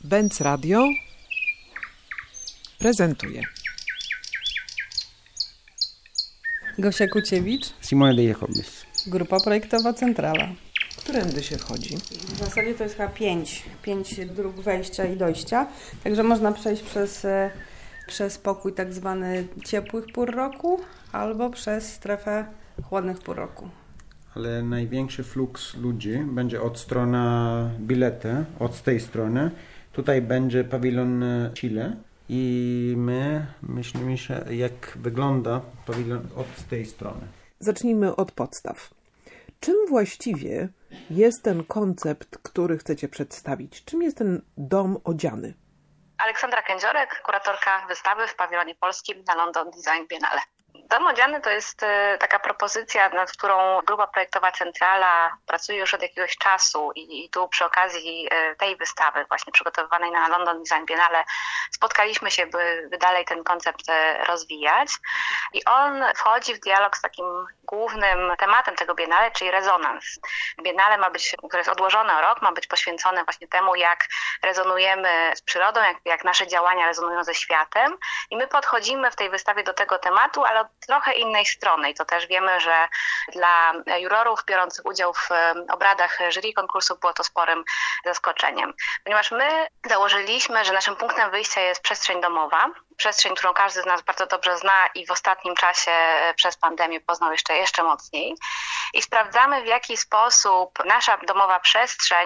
Benz Radio prezentuje Gosia Kuciewicz, Simone De Jacobis. Grupa projektowa Centrala. Którędy się wchodzi? W zasadzie to jest chyba 5 dróg wejścia i dojścia, także można przejść przez pokój tak zwany ciepłych pór roku albo przez strefę chłodnych pór roku. Ale największy fluks ludzi będzie od strony bilety, od tej strony. Tutaj będzie pawilon Chile i my myślimy, jak wygląda pawilon od tej strony. Zacznijmy od podstaw. Czym właściwie jest ten koncept, który chcecie przedstawić? Czym jest ten dom odziany? Aleksandra Kędziorek, kuratorka wystawy w pawilonie polskim na London Design Biennale. Dom odziany to jest taka propozycja, nad którą grupa projektowa Centrala pracuje już od jakiegoś czasu i tu przy okazji tej wystawy właśnie przygotowywanej na London Design Biennale spotkaliśmy się, by dalej ten koncept rozwijać i on wchodzi w dialog z takim głównym tematem tego Biennale, czyli rezonans. Biennale które jest odłożone o rok, ma być poświęcone właśnie temu, jak rezonujemy z przyrodą, jak nasze działania rezonują ze światem i my podchodzimy w tej wystawie do tego tematu, ale od trochę innej strony i to też wiemy, że dla jurorów biorących udział w obradach jury konkursu było to sporym zaskoczeniem, ponieważ my założyliśmy, że naszym punktem wyjścia jest przestrzeń domowa, przestrzeń, którą każdy z nas bardzo dobrze zna i w ostatnim czasie przez pandemię poznał jeszcze mocniej i sprawdzamy, w jaki sposób nasza domowa przestrzeń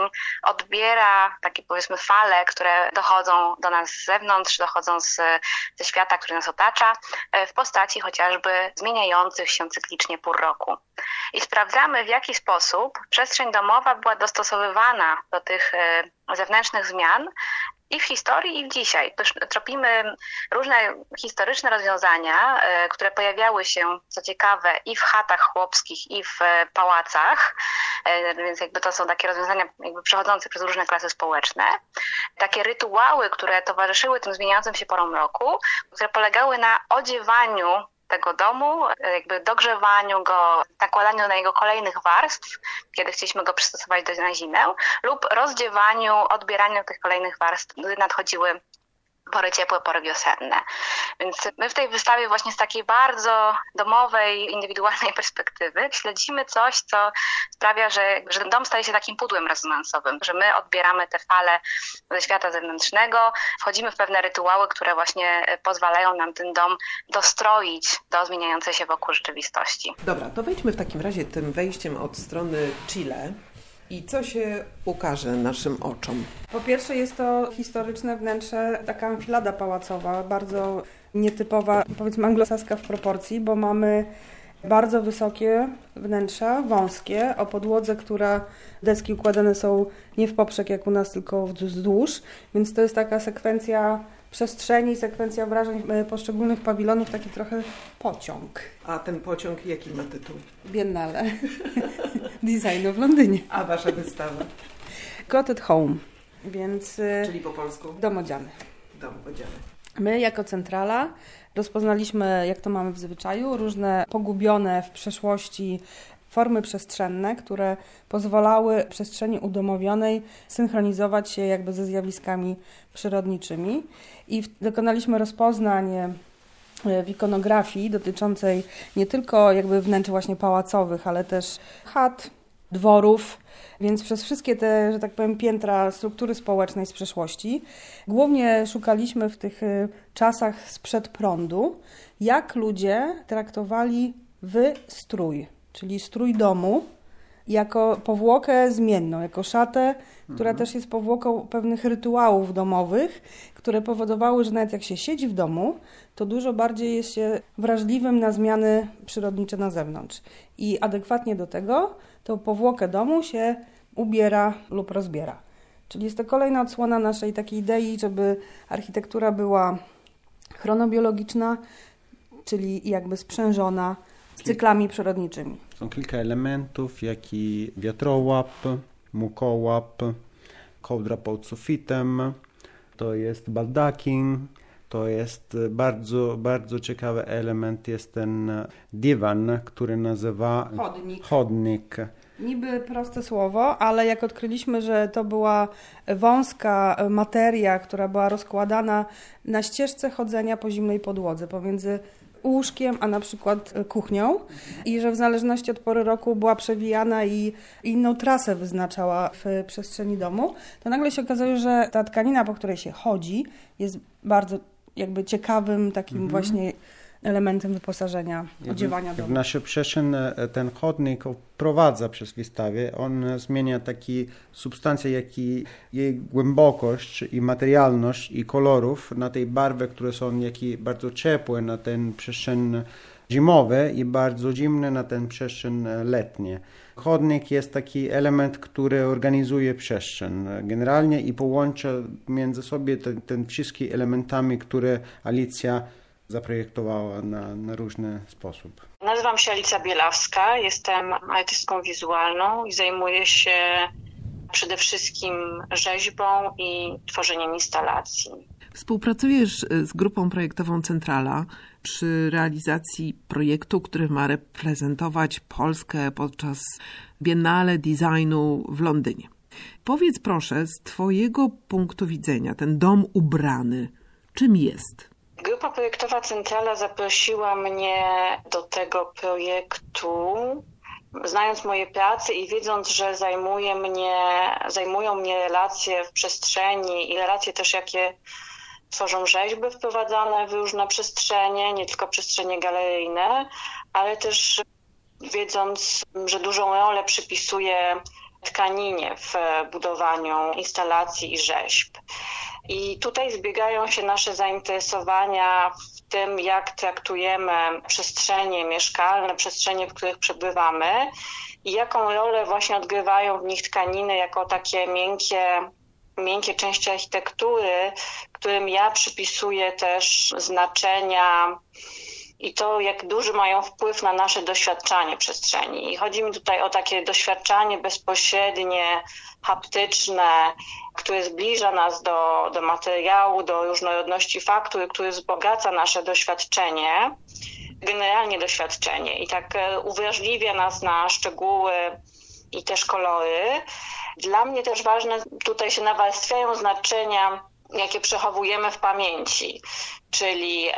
odbiera takie, powiedzmy, fale, które dochodzą do nas z zewnątrz, dochodzą ze świata, który nas otacza, w postaci chociażby zmieniających się cyklicznie pór roku. I sprawdzamy, w jaki sposób przestrzeń domowa była dostosowywana do tych zewnętrznych zmian i w historii, i w dzisiaj. Tropimy różne historyczne rozwiązania, które pojawiały się, co ciekawe, i w chatach chłopskich, i w pałacach, więc jakby to są takie rozwiązania jakby przechodzące przez różne klasy społeczne. Takie rytuały, które towarzyszyły tym zmieniającym się porom roku, które polegały na odziewaniu tego domu, jakby dogrzewaniu go, nakładaniu na jego kolejnych warstw, kiedy chcieliśmy go przystosować na zimę, lub rozdziewaniu, odbieraniu tych kolejnych warstw, gdy nadchodziły pory ciepłe, pory wiosenne. Więc my w tej wystawie właśnie z takiej bardzo domowej, indywidualnej perspektywy śledzimy coś, co sprawia, że ten dom staje się takim pudłem rezonansowym, że my odbieramy te fale ze świata zewnętrznego, wchodzimy w pewne rytuały, które właśnie pozwalają nam ten dom dostroić do zmieniającej się wokół rzeczywistości. Dobra, to wejdźmy w takim razie tym wejściem od strony Chile. I co się ukaże naszym oczom? Po pierwsze jest to historyczne wnętrze, taka enfilada pałacowa, bardzo nietypowa, powiedzmy anglosaska w proporcji, bo mamy bardzo wysokie wnętrza, wąskie, o podłodze, deski układane są nie w poprzek jak u nas, tylko wzdłuż, więc to jest taka sekwencja przestrzeni, sekwencja wrażeń poszczególnych pawilonów, taki trochę pociąg. A ten pociąg jaki ma tytuł? Biennale designu w Londynie. A wasza wystawa? Got at Home, więc... Czyli po polsku? Dom odziany. Dom odziany. My jako Centrala rozpoznaliśmy, jak to mamy w zwyczaju, różne pogubione w przeszłości formy przestrzenne, które pozwalały przestrzeni udomowionej synchronizować się jakby ze zjawiskami przyrodniczymi. I dokonaliśmy rozpoznań w ikonografii dotyczącej nie tylko jakby wnętrz właśnie pałacowych, ale też chat, dworów, więc przez wszystkie te, że tak powiem, piętra struktury społecznej z przeszłości. Głównie szukaliśmy w tych czasach sprzed prądu, jak ludzie traktowali strój, czyli strój domu, jako powłokę zmienną, jako szatę, która też jest powłoką pewnych rytuałów domowych, które powodowały, że nawet jak się siedzi w domu, to dużo bardziej jest się wrażliwym na zmiany przyrodnicze na zewnątrz. I adekwatnie do tego tą powłokę domu się ubiera lub rozbiera. Czyli jest to kolejna odsłona naszej takiej idei, żeby architektura była chronobiologiczna, czyli jakby sprzężona z cyklami przyrodniczymi. Są kilka elementów, jak i wiatrołap, mukołap, kołdra pod sufitem, to jest baldakin, to jest bardzo, bardzo ciekawy element, jest ten dywan, który nazywa chodnik. Niby proste słowo, ale jak odkryliśmy, że to była wąska materia, która była rozkładana na ścieżce chodzenia po zimnej podłodze pomiędzy łóżkiem, a na przykład kuchnią i że w zależności od pory roku była przewijana i inną trasę wyznaczała w przestrzeni domu, to nagle się okazało, że ta tkanina, po której się chodzi, jest bardzo jakby ciekawym takim właśnie elementem wyposażenia, odziewania domu. W naszą przestrzeń ten chodnik wprowadza przez wystawę. On zmienia takie substancje, jak i jej głębokość i materialność i kolorów na tej barwy, które są bardzo ciepłe na ten przestrzeń zimowe i bardzo zimne na ten przestrzeń letnie. Chodnik jest taki element, który organizuje przestrzeń generalnie i połącza między sobą ten wszystkimi elementami, które Alicja zaprojektowała na różny sposób. Nazywam się Alicja Bielawska, jestem artystką wizualną i zajmuję się przede wszystkim rzeźbą i tworzeniem instalacji. Współpracujesz z grupą projektową Centrala przy realizacji projektu, który ma reprezentować Polskę podczas Biennale Designu w Londynie. Powiedz proszę, z Twojego punktu widzenia, ten dom ubrany, czym jest? Grupa projektowa Centrala zaprosiła mnie do tego projektu, znając moje prace i wiedząc, że zajmują mnie relacje w przestrzeni i relacje też, jakie tworzą rzeźby wprowadzane w różne przestrzenie, nie tylko przestrzenie galeryjne, ale też wiedząc, że dużą rolę przypisuje tkaninie w budowaniu instalacji i rzeźb. I tutaj zbiegają się nasze zainteresowania w tym, jak traktujemy przestrzenie mieszkalne, przestrzenie, w których przebywamy i jaką rolę właśnie odgrywają w nich tkaniny jako takie miękkie części architektury, którym ja przypisuję też znaczenia i to, jak duży mają wpływ na nasze doświadczanie przestrzeni. I chodzi mi tutaj o takie doświadczanie bezpośrednie, haptyczne, które zbliża nas do materiału, do różnorodności faktur, który wzbogaca nasze doświadczenie, generalnie doświadczenie i tak uwrażliwia nas na szczegóły i też kolory. Dla mnie też ważne, tutaj się nawarstwiają znaczenia, jakie przechowujemy w pamięci, czyli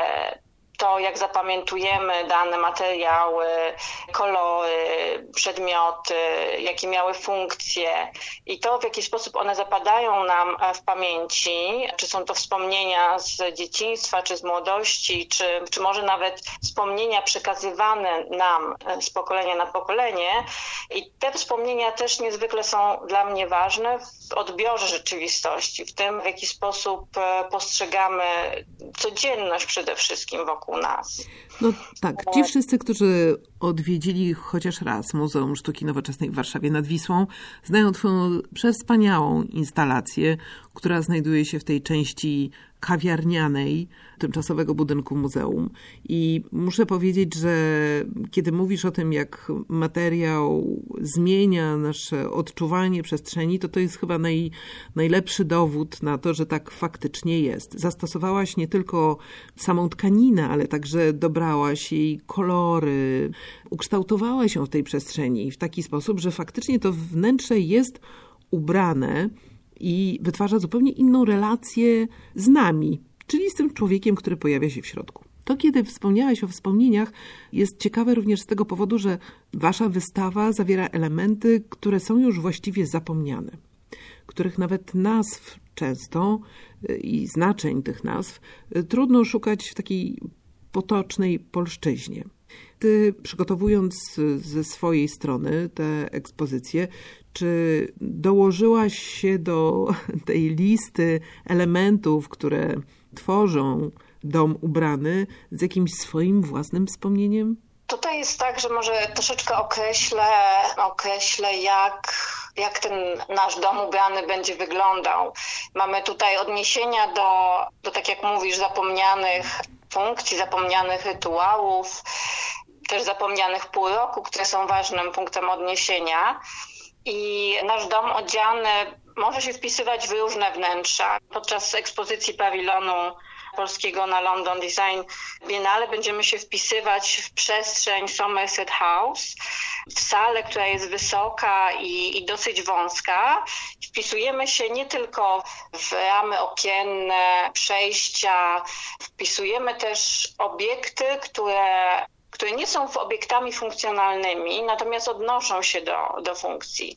to, jak zapamiętujemy dane materiały, kolory, przedmioty, jakie miały funkcje i to, w jaki sposób one zapadają nam w pamięci, czy są to wspomnienia z dzieciństwa, czy z młodości, czy może nawet wspomnienia przekazywane nam z pokolenia na pokolenie. I te wspomnienia też niezwykle są dla mnie ważne w odbiorze rzeczywistości, w tym, w jaki sposób postrzegamy codzienność przede wszystkim wokół nas. No tak, ci wszyscy, którzy odwiedzili chociaż raz Muzeum Sztuki Nowoczesnej w Warszawie nad Wisłą, znają Twoją przewspaniałą instalację, która znajduje się w tej części kawiarnianej tymczasowego budynku muzeum. I muszę powiedzieć, że kiedy mówisz o tym, jak materiał zmienia nasze odczuwanie przestrzeni, to jest chyba najlepszy dowód na to, że tak faktycznie jest. Zastosowałaś nie tylko samą tkaninę, ale także dobrałaś jej kolory, ukształtowałaś ją w tej przestrzeni w taki sposób, że faktycznie to wnętrze jest ubrane i wytwarza zupełnie inną relację z nami, czyli z tym człowiekiem, który pojawia się w środku. To, kiedy wspomniałaś o wspomnieniach, jest ciekawe również z tego powodu, że wasza wystawa zawiera elementy, które są już właściwie zapomniane, których nawet nazw często i znaczeń tych nazw trudno szukać w takiej potocznej polszczyźnie. Ty, przygotowując ze swojej strony tę ekspozycję, czy dołożyłaś się do tej listy elementów, które tworzą dom ubrany z jakimś swoim własnym wspomnieniem? Tutaj jest tak, że może troszeczkę określę jak ten nasz dom ubrany będzie wyglądał. Mamy tutaj odniesienia do tak jak mówisz, zapomnianych funkcji, zapomnianych rytuałów, też zapomnianych pół roku, które są ważnym punktem odniesienia. I nasz dom odziany może się wpisywać w różne wnętrza. Podczas ekspozycji pawilonu polskiego na London Design Biennale będziemy się wpisywać w przestrzeń Somerset House, w salę, która jest wysoka i dosyć wąska. Wpisujemy się nie tylko w ramy okienne, przejścia, wpisujemy też obiekty, które nie są obiektami funkcjonalnymi, natomiast odnoszą się do funkcji.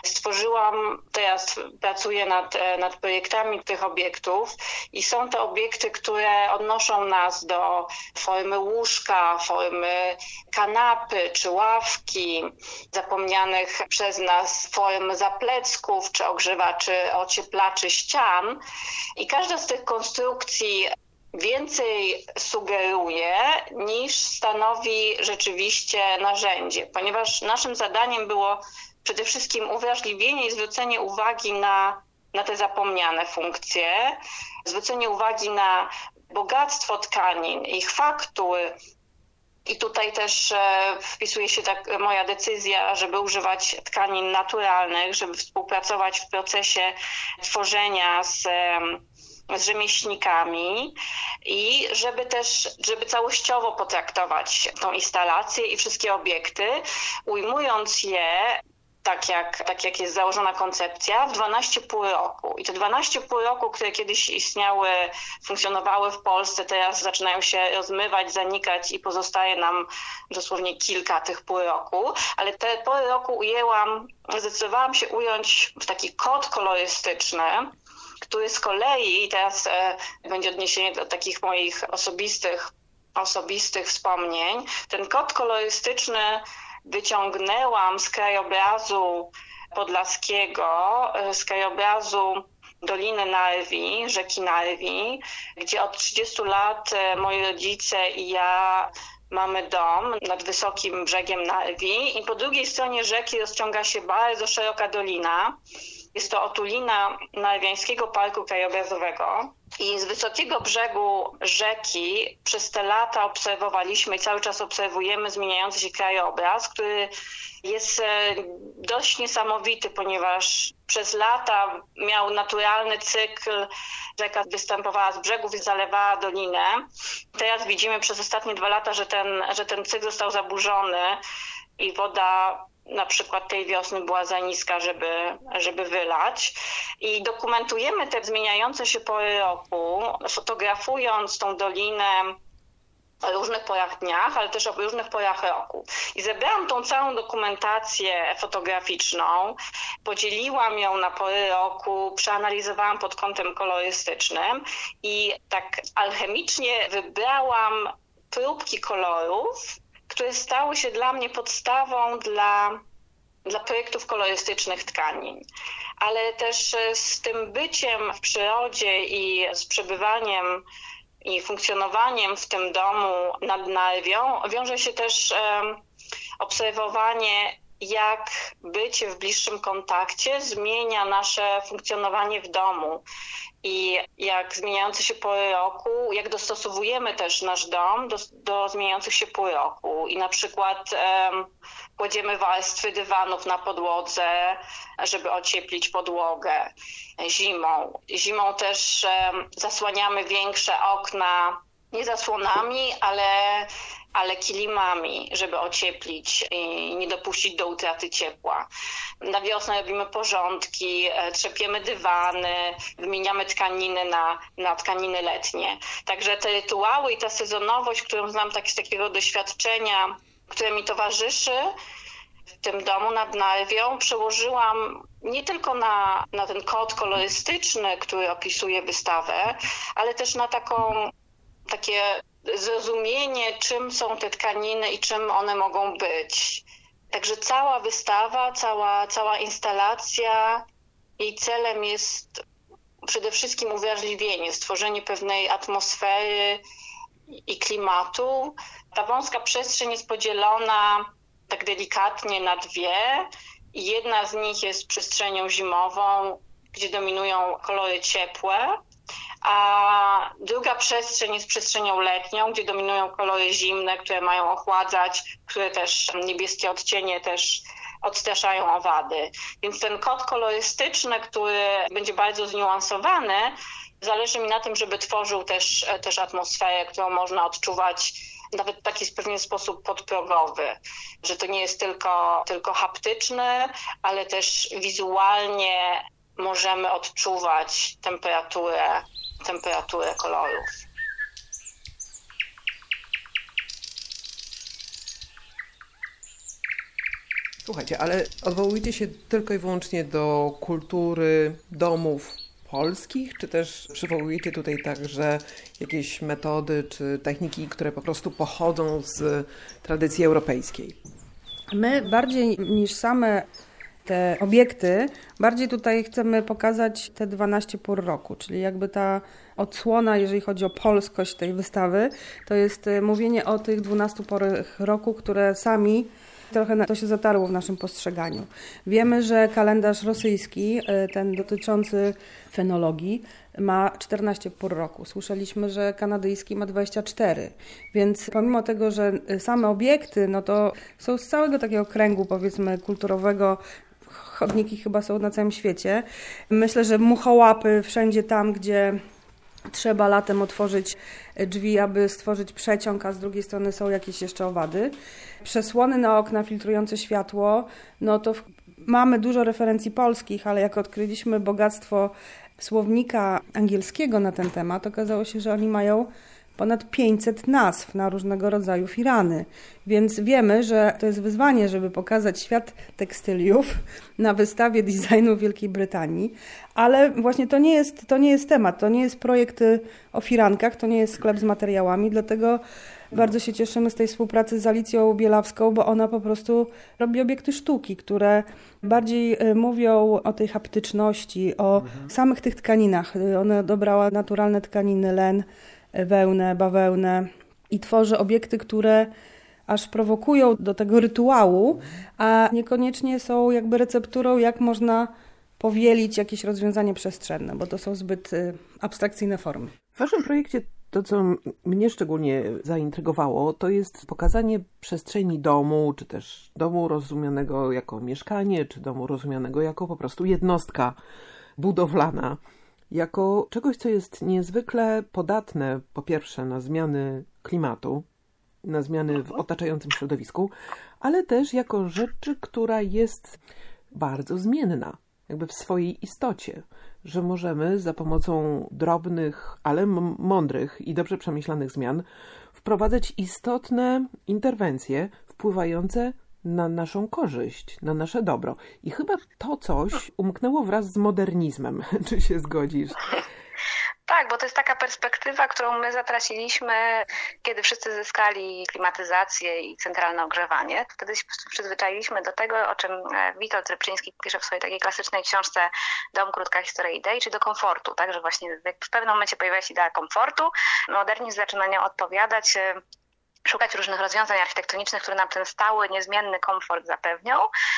Teraz pracuję nad projektami tych obiektów i są to obiekty, które odnoszą nas do formy łóżka, formy kanapy czy ławki, zapomnianych przez nas form zaplecków czy ogrzewaczy, ocieplaczy ścian. I każda z tych konstrukcji więcej sugeruje niż stanowi rzeczywiście narzędzie, ponieważ naszym zadaniem było przede wszystkim uwrażliwienie i zwrócenie uwagi na te zapomniane funkcje, zwrócenie uwagi na bogactwo tkanin, ich faktur. I tutaj też wpisuje się moja decyzja, żeby używać tkanin naturalnych, żeby współpracować w procesie tworzenia z rzemieślnikami i żeby całościowo potraktować tą instalację i wszystkie obiekty, ujmując je tak jak jest założona koncepcja, w 12,5 roku. I te 12,5 roku, które kiedyś istniały, funkcjonowały w Polsce, teraz zaczynają się rozmywać, zanikać i pozostaje nam dosłownie kilka tych pół roku. Ale te pory roku zdecydowałam się ująć w taki kod kolorystyczny, który z kolei, teraz będzie odniesienie do takich moich osobistych wspomnień, ten kod kolorystyczny wyciągnęłam z krajobrazu podlaskiego, z krajobrazu Doliny Narwi, rzeki Narwi, gdzie od 30 lat moi rodzice i ja mamy dom nad wysokim brzegiem Narwi i po drugiej stronie rzeki rozciąga się bardzo szeroka dolina. Jest to otulina Narwiańskiego Parku Krajobrazowego i z wysokiego brzegu rzeki przez te lata obserwowaliśmy i cały czas obserwujemy zmieniający się krajobraz, który jest dość niesamowity, ponieważ przez lata miał naturalny cykl, rzeka występowała z brzegów i zalewała dolinę. Teraz widzimy przez ostatnie 2 lata, że ten cykl został zaburzony i woda na przykład tej wiosny była za niska, żeby wylać. I dokumentujemy te zmieniające się pory roku, fotografując tą dolinę o różnych porach dniach, ale też o różnych porach roku. I zebrałam tą całą dokumentację fotograficzną, podzieliłam ją na pory roku, przeanalizowałam pod kątem kolorystycznym i tak alchemicznie wybrałam próbki kolorów, które stały się dla mnie podstawą dla projektów kolorystycznych tkanin. Ale też z tym byciem w przyrodzie i z przebywaniem i funkcjonowaniem w tym domu nad Narwią wiąże się też obserwowanie, jak bycie w bliższym kontakcie zmienia nasze funkcjonowanie w domu i jak zmieniające się pory roku, jak dostosowujemy też nasz dom do zmieniających się pór roku i na przykład kładziemy warstwy dywanów na podłodze, żeby ocieplić podłogę zimą też zasłaniamy większe okna, nie zasłonami, ale kilimami, żeby ocieplić i nie dopuścić do utraty ciepła. Na wiosnę robimy porządki, trzepiemy dywany, wymieniamy tkaniny na tkaniny letnie. Także te rytuały i ta sezonowość, którą znam z takiego doświadczenia, które mi towarzyszy w tym domu nad Narwią, przełożyłam nie tylko na ten kod kolorystyczny, który opisuje wystawę, ale też na takie zrozumienie, czym są te tkaniny i czym one mogą być. Także cała wystawa, cała instalacja, jej celem jest przede wszystkim uwrażliwienie, stworzenie pewnej atmosfery i klimatu. Ta wąska przestrzeń jest podzielona tak delikatnie na 2 i jedna z nich jest przestrzenią zimową, gdzie dominują kolory ciepłe, a druga przestrzeń jest przestrzenią letnią, gdzie dominują kolory zimne, które mają ochładzać, które też niebieskie odcienie też odstraszają owady. Więc ten kod kolorystyczny, który będzie bardzo zniuansowany, Zależy mi na tym, żeby tworzył też atmosferę, którą można odczuwać nawet w taki pewien sposób podprogowy, że to nie jest tylko haptyczne, ale też wizualnie możemy odczuwać temperaturę kolorów. Słuchajcie, ale odwołujecie się tylko i wyłącznie do kultury domów polskich, czy też przywołujecie tutaj także jakieś metody czy techniki, które po prostu pochodzą z tradycji europejskiej? My bardziej niż same te obiekty, bardziej tutaj chcemy pokazać te 12 pór roku, czyli jakby ta odsłona, jeżeli chodzi o polskość tej wystawy, to jest mówienie o tych 12 porach roku, które sami trochę to się zatarło w naszym postrzeganiu. Wiemy, że kalendarz rosyjski, ten dotyczący fenologii, ma 14 pór roku. Słyszeliśmy, że kanadyjski ma 24. Więc pomimo tego, że same obiekty, no to są z całego takiego kręgu, powiedzmy, kulturowego, chodniki chyba są na całym świecie. Myślę, że muchołapy wszędzie tam, gdzie trzeba latem otworzyć drzwi, aby stworzyć przeciąg, a z drugiej strony są jakieś jeszcze owady. Przesłony na okna filtrujące światło, no to mamy dużo referencji polskich, ale jak odkryliśmy bogactwo słownika angielskiego na ten temat, okazało się, że oni mają ponad 500 nazw na różnego rodzaju firany. Więc wiemy, że to jest wyzwanie, żeby pokazać świat tekstyliów na wystawie designu w Wielkiej Brytanii, ale właśnie to nie jest temat, to nie jest projekt o firankach, to nie jest sklep z materiałami, dlatego bardzo się cieszymy z tej współpracy z Alicją Bielawską, bo ona po prostu robi obiekty sztuki, które bardziej mówią o tej haptyczności, o samych tych tkaninach. Ona dobrała naturalne tkaniny, len, wełnę, bawełnę i tworzy obiekty, które aż prowokują do tego rytuału, a niekoniecznie są jakby recepturą, jak można powielić jakieś rozwiązanie przestrzenne, bo to są zbyt abstrakcyjne formy. W waszym projekcie to, co mnie szczególnie zaintrygowało, to jest pokazanie przestrzeni domu, czy też domu rozumianego jako mieszkanie, czy domu rozumianego jako po prostu jednostka budowlana, jako czegoś, co jest niezwykle podatne, po pierwsze, na zmiany klimatu, na zmiany w otaczającym środowisku, ale też jako rzeczy, która jest bardzo zmienna, jakby w swojej istocie, że możemy za pomocą drobnych, ale mądrych i dobrze przemyślanych zmian wprowadzać istotne interwencje wpływające na naszą korzyść, na nasze dobro. I chyba to coś umknęło wraz z modernizmem. Czy się zgodzisz? Tak, bo to jest taka perspektywa, którą my zatraciliśmy, kiedy wszyscy zyskali klimatyzację i centralne ogrzewanie. Wtedy się po prostu przyzwyczailiśmy do tego, o czym Witold Rybczyński pisze w swojej takiej klasycznej książce Dom, krótka historia idei, czy do komfortu, tak, że właśnie w pewnym momencie pojawia się idea komfortu, modernizm zaczyna nią odpowiadać, szukać różnych rozwiązań architektonicznych, które nam ten stały, niezmienny komfort zapewnią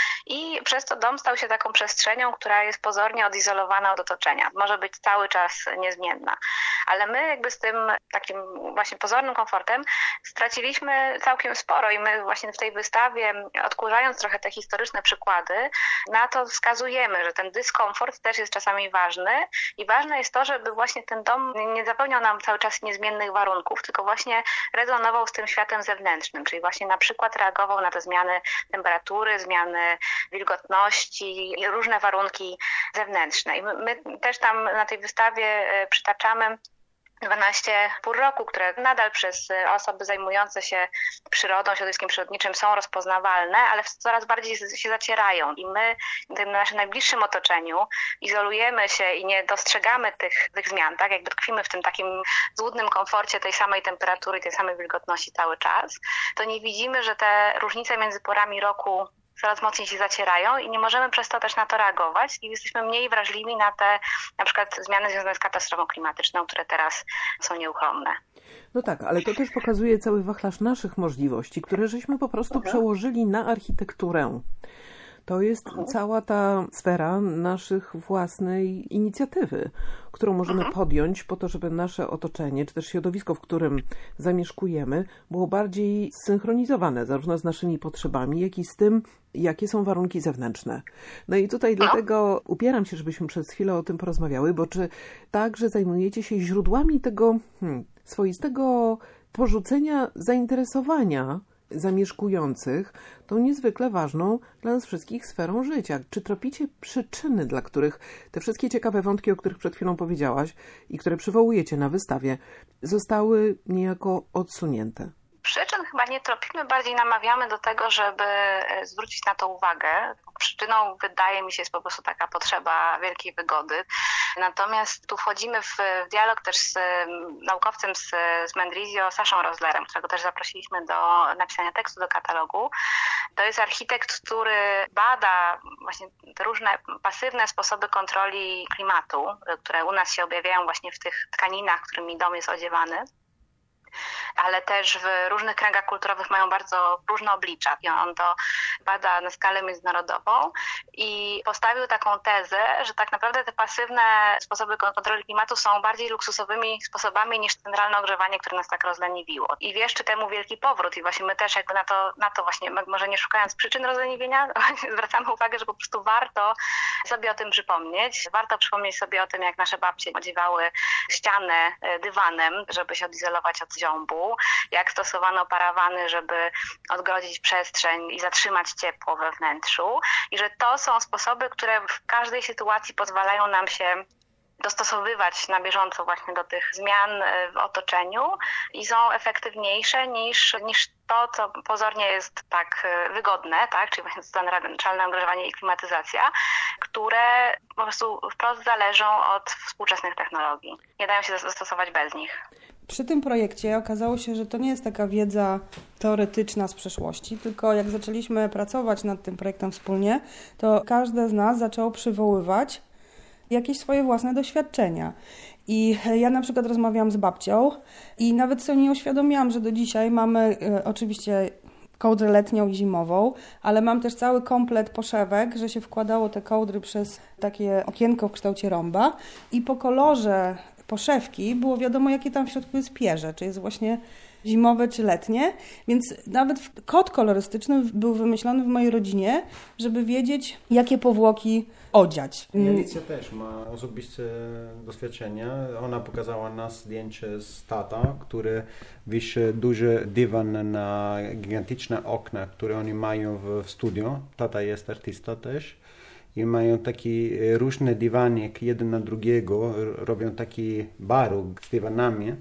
i przez to dom stał się taką przestrzenią, która jest pozornie odizolowana od otoczenia. Może być cały czas niezmienna. Ale my jakby z tym takim właśnie pozornym komfortem straciliśmy całkiem sporo i my właśnie w tej wystawie, odkurzając trochę te historyczne przykłady, na to wskazujemy, że ten dyskomfort też jest czasami ważny i ważne jest to, żeby właśnie ten dom nie zapełniał nam cały czas niezmiennych warunków, tylko właśnie rezonował z tym światem zewnętrznym, czyli właśnie na przykład reagował na te zmiany temperatury, zmiany wilgotności i różne warunki zewnętrzne. I my też tam na tej wystawie przytaczamy 12 pór roku, które nadal przez osoby zajmujące się przyrodą, środowiskiem przyrodniczym są rozpoznawalne, ale coraz bardziej się zacierają i my w tym naszym najbliższym otoczeniu izolujemy się i nie dostrzegamy tych zmian, tak? Jakby tkwimy w tym takim złudnym komforcie tej samej temperatury, tej samej wilgotności cały czas, to nie widzimy, że te różnice między porami roku coraz mocniej się zacierają i nie możemy przez to też na to reagować i jesteśmy mniej wrażliwi na te na przykład zmiany związane z katastrofą klimatyczną, które teraz są nieuchronne. No tak, ale to też pokazuje cały wachlarz naszych możliwości, które żeśmy po prostu przełożyli na architekturę. To jest cała ta sfera naszych własnej inicjatywy, którą możemy podjąć po to, żeby nasze otoczenie, czy też środowisko, w którym zamieszkujemy, było bardziej zsynchronizowane zarówno z naszymi potrzebami, jak i z tym, jakie są warunki zewnętrzne. No i tutaj dlatego upieram się, żebyśmy przez chwilę o tym porozmawiały, bo czy także zajmujecie się źródłami tego swoistego porzucenia zainteresowania zamieszkujących tą niezwykle ważną dla nas wszystkich sferą życia. Czy tropicie przyczyny, dla których te wszystkie ciekawe wątki, o których przed chwilą powiedziałaś i które przywołujecie na wystawie, zostały niejako odsunięte? Przyczyn chyba nie tropimy, bardziej namawiamy do tego, żeby zwrócić na to uwagę. Przyczyną, wydaje mi się, jest po prostu taka potrzeba wielkiej wygody. Natomiast tu wchodzimy w dialog też z naukowcem z Mendrisio, Saszą Roslerem, którego też zaprosiliśmy do napisania tekstu do katalogu. To jest architekt, który bada właśnie te różne pasywne sposoby kontroli klimatu, które u nas się objawiają właśnie w tych tkaninach, którymi dom jest odziewany, ale też w różnych kręgach kulturowych mają bardzo różne oblicza. I on to bada na skalę międzynarodową i postawił taką tezę, że tak naprawdę te pasywne sposoby kontroli klimatu są bardziej luksusowymi sposobami niż centralne ogrzewanie, które nas tak rozleniwiło. I wieszczy temu wielki powrót i właśnie my też jakby na to właśnie, może nie szukając przyczyn rozleniwienia, zwracamy uwagę, że po prostu warto sobie o tym przypomnieć. Warto przypomnieć sobie o tym, jak nasze babcie odziewały ścianę dywanem, żeby się odizolować od ziąbu, jak stosowano parawany, żeby odgrodzić przestrzeń i zatrzymać ciepło we wnętrzu i że to są sposoby, które w każdej sytuacji pozwalają nam się dostosowywać na bieżąco właśnie do tych zmian w otoczeniu i są efektywniejsze niż to, co pozornie jest tak wygodne, tak, czyli właśnie centralne ogrzewanie i klimatyzacja, które po prostu wprost zależą od współczesnych technologii. Nie dają się zastosować bez nich. Przy tym projekcie okazało się, że to nie jest taka wiedza teoretyczna z przeszłości, tylko jak zaczęliśmy pracować nad tym projektem wspólnie, to każde z nas zaczęło przywoływać jakieś swoje własne doświadczenia. I ja na przykład rozmawiałam z babcią i nawet sobie nie uświadomiłam, że do dzisiaj mamy oczywiście kołdrę letnią i zimową, ale mam też cały komplet poszewek, że się wkładało te kołdry przez takie okienko w kształcie rąba i po kolorze poszewki było wiadomo, jakie tam w środku jest pierze, czy jest właśnie zimowe, czy letnie, więc nawet kod kolorystyczny był wymyślony w mojej rodzinie, żeby wiedzieć, jakie powłoki odziać. Alicja też ma osobiste doświadczenia. Ona pokazała nas zdjęcie z tata, który wisi duży dywan na gigantyczne okna, które oni mają w studio. Tata jest artysta też. I mają taki różny dywanik, jeden na drugiego, robią taki baruk z dywanami.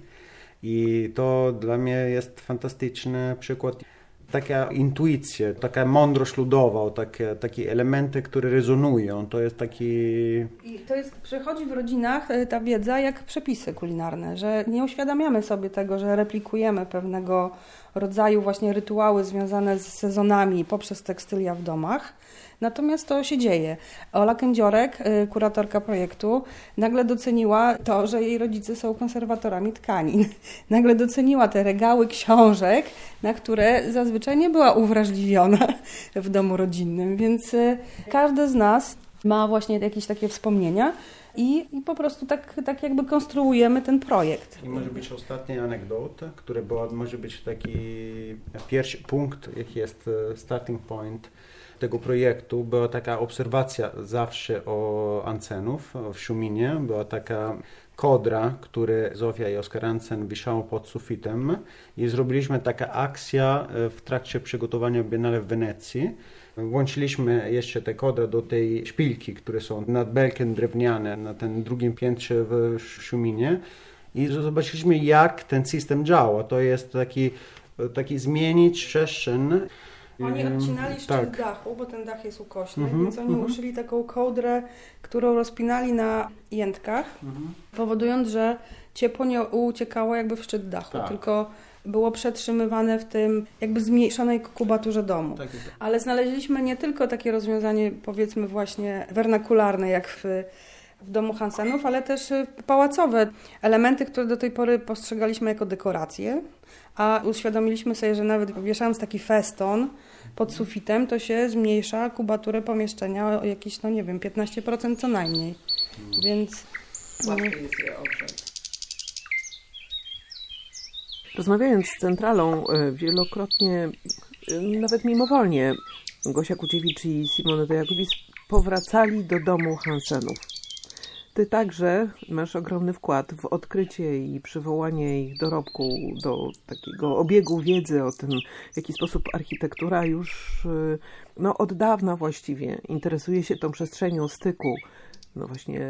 I to dla mnie jest fantastyczny przykład. Taka intuicja, taka mądrość ludowa, takie elementy, które rezonują. To jest taki... I to jest, przychodzi w rodzinach ta wiedza jak przepisy kulinarne, że nie uświadamiamy sobie tego, że replikujemy pewnego rodzaju właśnie rytuały związane z sezonami poprzez tekstylia w domach. Natomiast to się dzieje. Ola Kędziorek, kuratorka projektu, nagle doceniła to, że jej rodzice są konserwatorami tkanin. Nagle doceniła te regały książek, na które zazwyczaj nie była uwrażliwiona w domu rodzinnym. Więc każdy z nas ma właśnie jakieś takie wspomnienia i po prostu tak jakby konstruujemy ten projekt. I może być ostatnia anegdota, która może być taki pierwszy punkt, jaki jest starting point tego projektu. Była taka obserwacja zawsze o Ancenów w Szuminie. Była taka kodra, którą Zofia i Oskar Ancen wiszało pod sufitem i zrobiliśmy taka akcja w trakcie przygotowania Biennale w Wenecji. Włączyliśmy jeszcze te kodry do tej szpilki, które są nad belkiem drewniane na tym drugim piętrze w Szuminie i zobaczyliśmy, jak ten system działa. To jest taki zmienić przestrzeń. Oni odcinali szczyt dachu, bo ten dach jest ukośny, więc oni uszyli taką kołdrę, którą rozpinali na jętkach, powodując, że ciepło nie uciekało jakby w szczyt dachu, tylko było przetrzymywane w tym jakby zmniejszonej kubaturze domu. Ale znaleźliśmy nie tylko takie rozwiązanie, powiedzmy właśnie wernakularne, jak w domu Hansenów, ale też pałacowe. Elementy, które do tej pory postrzegaliśmy jako dekoracje, a uświadomiliśmy sobie, że nawet wieszając taki feston pod sufitem, to się zmniejsza kubaturę pomieszczenia o jakieś, 15% co najmniej. Więc łatwiej jest je ogrzeć. Rozmawiając z centralą, wielokrotnie, nawet mimowolnie, Gosia Kuciewicz i Simone de Jacobis powracali do domu Hansenów. Ty także masz ogromny wkład w odkrycie i przywołanie ich dorobku do takiego obiegu wiedzy o tym, w jaki sposób architektura już od dawna właściwie interesuje się tą przestrzenią styku, właśnie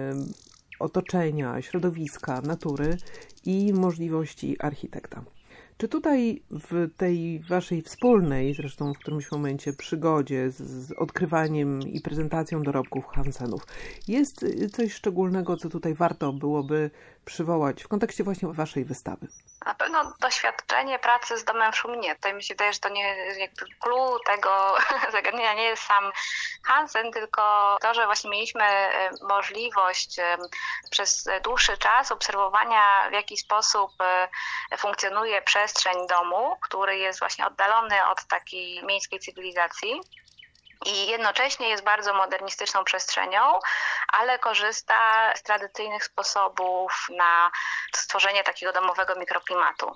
otoczenia, środowiska, natury i możliwości architekta. Czy tutaj w tej waszej wspólnej, zresztą w którymś momencie, przygodzie z odkrywaniem i prezentacją dorobków Hansenów jest coś szczególnego, co tutaj warto byłoby przywołać w kontekście właśnie waszej wystawy? Na pewno doświadczenie pracy z domem w Szuminie. Tutaj mi się wydaje, że to nie jakby clue tego zagadnienia nie jest sam Hansen, tylko to, że właśnie mieliśmy możliwość przez dłuższy czas obserwowania, w jaki sposób funkcjonuje przestrzeń domu, który jest właśnie oddalony od takiej miejskiej cywilizacji. I jednocześnie jest bardzo modernistyczną przestrzenią, ale korzysta z tradycyjnych sposobów na stworzenie takiego domowego mikroklimatu.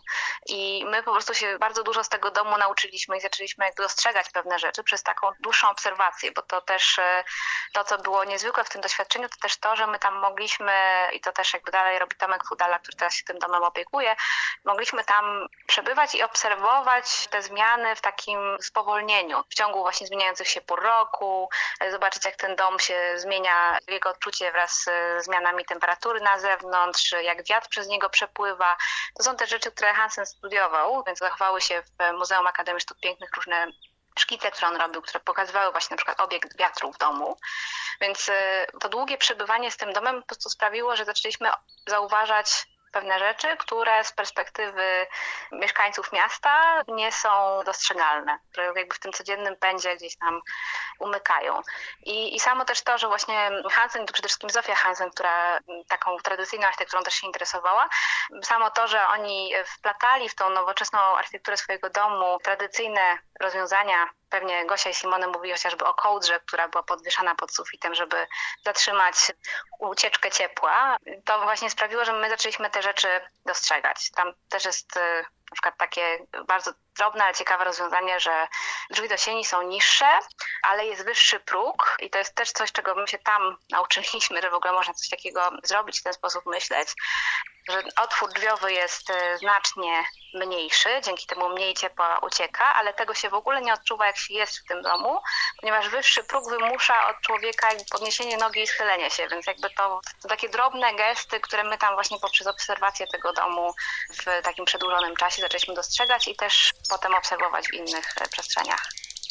I my po prostu się bardzo dużo z tego domu nauczyliśmy i zaczęliśmy dostrzegać pewne rzeczy przez taką dłuższą obserwację, bo to też to, co było niezwykłe w tym doświadczeniu, to też to, że my tam mogliśmy, i to też jakby dalej robi Tomek Fudala, który teraz się tym domem opiekuje, mogliśmy tam przebywać i obserwować te zmiany w takim spowolnieniu, w ciągu właśnie zmieniających się pór roku, zobaczyć jak ten dom się zmienia, jego odczucie wraz z zmianami temperatury na zewnątrz, jak wiatr przez niego przepływa. To są te rzeczy, które Hansen studiował, więc zachowały się w Muzeum Akademii Sztuk Pięknych różne szkice, które on robił, które pokazywały właśnie na przykład obiekt wiatru w domu. Więc to długie przebywanie z tym domem po prostu sprawiło, że zaczęliśmy zauważać pewne rzeczy, które z perspektywy mieszkańców miasta nie są dostrzegalne, które jakby w tym codziennym pędzie gdzieś tam umykają. I samo też to, że właśnie Hansen, to przede wszystkim Zofia Hansen, która taką tradycyjną architekturą też się interesowała, samo to, że oni wplatali w tą nowoczesną architekturę swojego domu tradycyjne rozwiązania. Pewnie Gosia i Simone mówili chociażby o kołdrze, która była podwieszana pod sufitem, żeby zatrzymać ucieczkę ciepła. To właśnie sprawiło, że my zaczęliśmy te rzeczy dostrzegać. Tam też jest na przykład takie bardzo drobne, ale ciekawe rozwiązanie, że drzwi do sieni są niższe, ale jest wyższy próg i to jest też coś, czego my się tam nauczyliśmy, że w ogóle można coś takiego zrobić, w ten sposób myśleć, że otwór drzwiowy jest znacznie mniejszy, dzięki temu mniej ciepła ucieka, ale tego się w ogóle nie odczuwa, jak się jest w tym domu, ponieważ wyższy próg wymusza od człowieka podniesienie nogi i schylenie się, więc jakby to takie drobne gesty, które my tam właśnie poprzez obserwację tego domu w takim przedłużonym czasie zaczęliśmy dostrzegać i też potem obserwować w innych przestrzeniach.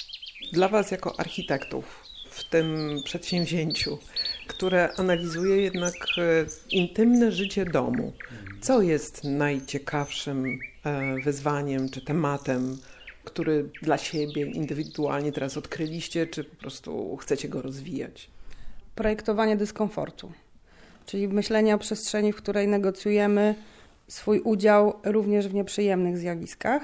Dla was jako architektów w tym przedsięwzięciu, które analizuje jednak intymne życie domu, co jest najciekawszym wyzwaniem czy tematem, który dla siebie indywidualnie teraz odkryliście, czy po prostu chcecie go rozwijać? Projektowanie dyskomfortu, czyli myślenie o przestrzeni, w której negocjujemy swój udział również w nieprzyjemnych zjawiskach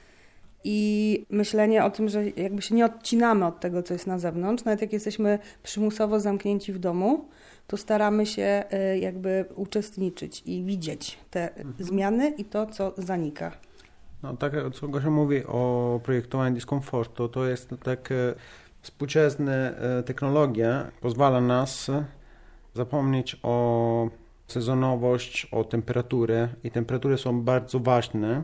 i myślenie o tym, że jakby się nie odcinamy od tego, co jest na zewnątrz. Nawet jak jesteśmy przymusowo zamknięci w domu, to staramy się jakby uczestniczyć i widzieć te zmiany i to, co zanika. No tak, co Gosia mówi o projektowaniu dyskomfortu, to jest tak współczesna technologia pozwala nas zapomnieć o sezonowość, o temperaturę i temperatury są bardzo ważne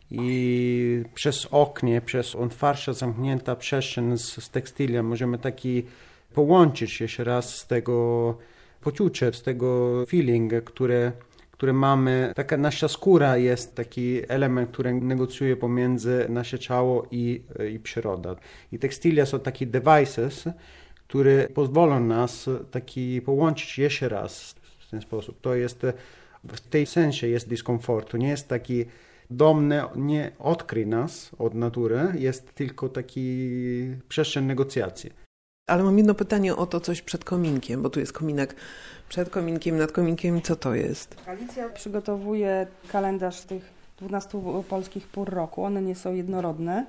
i przez oknie, przez otwarta, zamknięta przestrzeń z tekstylia możemy taki połączyć jeszcze raz z tego poczucia, z tego feeling, które mamy. Taka nasza skóra jest taki element, który negocjuje pomiędzy nasze ciało i przyroda. I tekstylia są takie devices, które pozwolą nas taki połączyć jeszcze raz w ten sposób. To jest, w tej sensie jest dyskomfortu. Nie jest taki dom nie odkryje nas od natury, jest tylko taki przestrzeń negocjacji. Ale mam jedno pytanie o to coś przed kominkiem, bo tu jest kominek przed kominkiem, nad kominkiem. Co to jest? Alicja przygotowuje kalendarz tych 12 polskich pór roku. One nie są jednorodne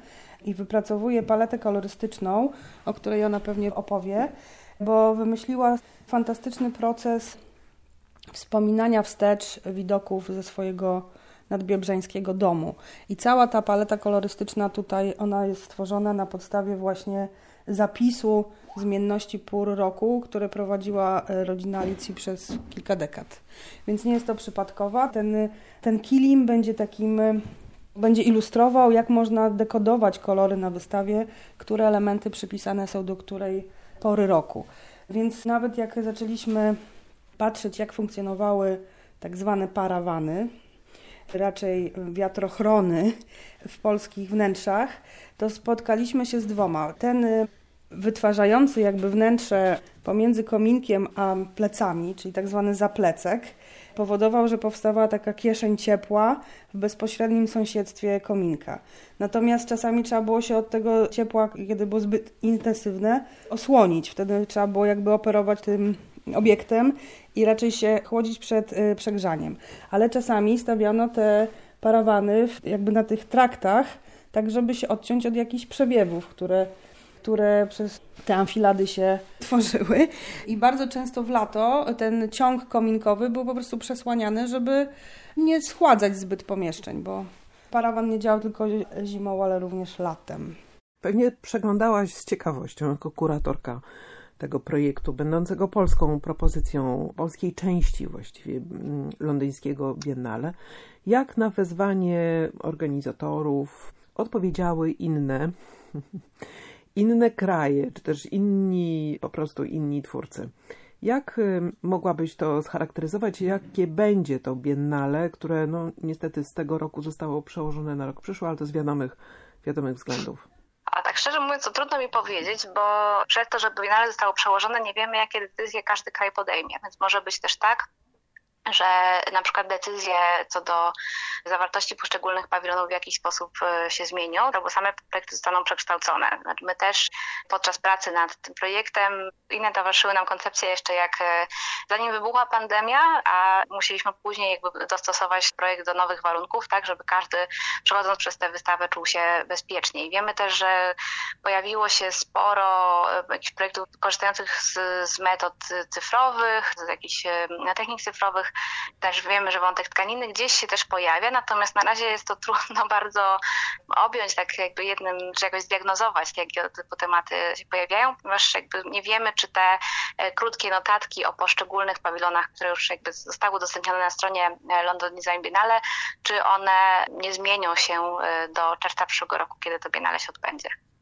i wypracowuje paletę kolorystyczną, o której ona pewnie opowie, bo wymyśliła fantastyczny proces wspominania wstecz widoków ze swojego nadbiebrzańskiego domu. I cała ta paleta kolorystyczna tutaj, ona jest stworzona na podstawie właśnie zapisu zmienności pór roku, które prowadziła rodzina Alicji przez kilka dekad. Więc nie jest to przypadkowa. Ten kilim będzie ilustrował, jak można dekodować kolory na wystawie, które elementy przypisane są do której pory roku. Więc nawet jak zaczęliśmy patrzeć, jak funkcjonowały tak zwane parawany, raczej wiatrochrony w polskich wnętrzach, to spotkaliśmy się z dwoma. Ten wytwarzający jakby wnętrze pomiędzy kominkiem a plecami, czyli tak zwany zaplecek, powodował, że powstawała taka kieszeń ciepła w bezpośrednim sąsiedztwie kominka. Natomiast czasami trzeba było się od tego ciepła, kiedy było zbyt intensywne, osłonić. Wtedy trzeba było jakby operować tym obiektem i raczej się chłodzić przed przegrzaniem. Ale czasami stawiano te parawany jakby na tych traktach, tak żeby się odciąć od jakichś przebiewów, które przez te amfilady się tworzyły. I bardzo często w lato ten ciąg kominkowy był po prostu przesłaniany, żeby nie schładzać zbyt pomieszczeń, bo parawan nie działał tylko zimą, ale również latem. Pewnie przeglądałaś z ciekawością jako kuratorka tego projektu, będącego polską propozycją, polskiej części właściwie londyńskiego Biennale. Jak na wezwanie organizatorów odpowiedziały inne kraje, czy też po prostu inni twórcy. Jak mogłabyś to scharakteryzować? Jakie będzie to Biennale, które niestety z tego roku zostało przełożone na rok przyszły, ale to z wiadomych względów? A tak szczerze mówiąc, to trudno mi powiedzieć, bo przez to, że Biennale zostało przełożone, nie wiemy, jakie decyzje każdy kraj podejmie. Więc może być też tak, że na przykład decyzje co do zawartości poszczególnych pawilonów w jakiś sposób się zmienią, albo same projekty zostaną przekształcone. Znaczy my też podczas pracy nad tym projektem towarzyszyły nam koncepcje jeszcze zanim wybuchła pandemia, a musieliśmy później jakby dostosować projekt do nowych warunków, tak żeby każdy przechodząc przez tę wystawę czuł się bezpiecznie. I wiemy też, że pojawiło się sporo jakichś projektów korzystających z metod cyfrowych, z jakichś technik cyfrowych. Też wiemy, że wątek tkaniny gdzieś się też pojawia, natomiast na razie jest to trudno bardzo objąć tak jakby jednym, czy jakoś zdiagnozować, jakie typu tematy się pojawiają, ponieważ jakby nie wiemy, czy te krótkie notatki o poszczególnych pawilonach, które już jakby zostały udostępnione na stronie London Design Biennale, czy one nie zmienią się do czerwca przyszłego roku, kiedy to Biennale się odbędzie.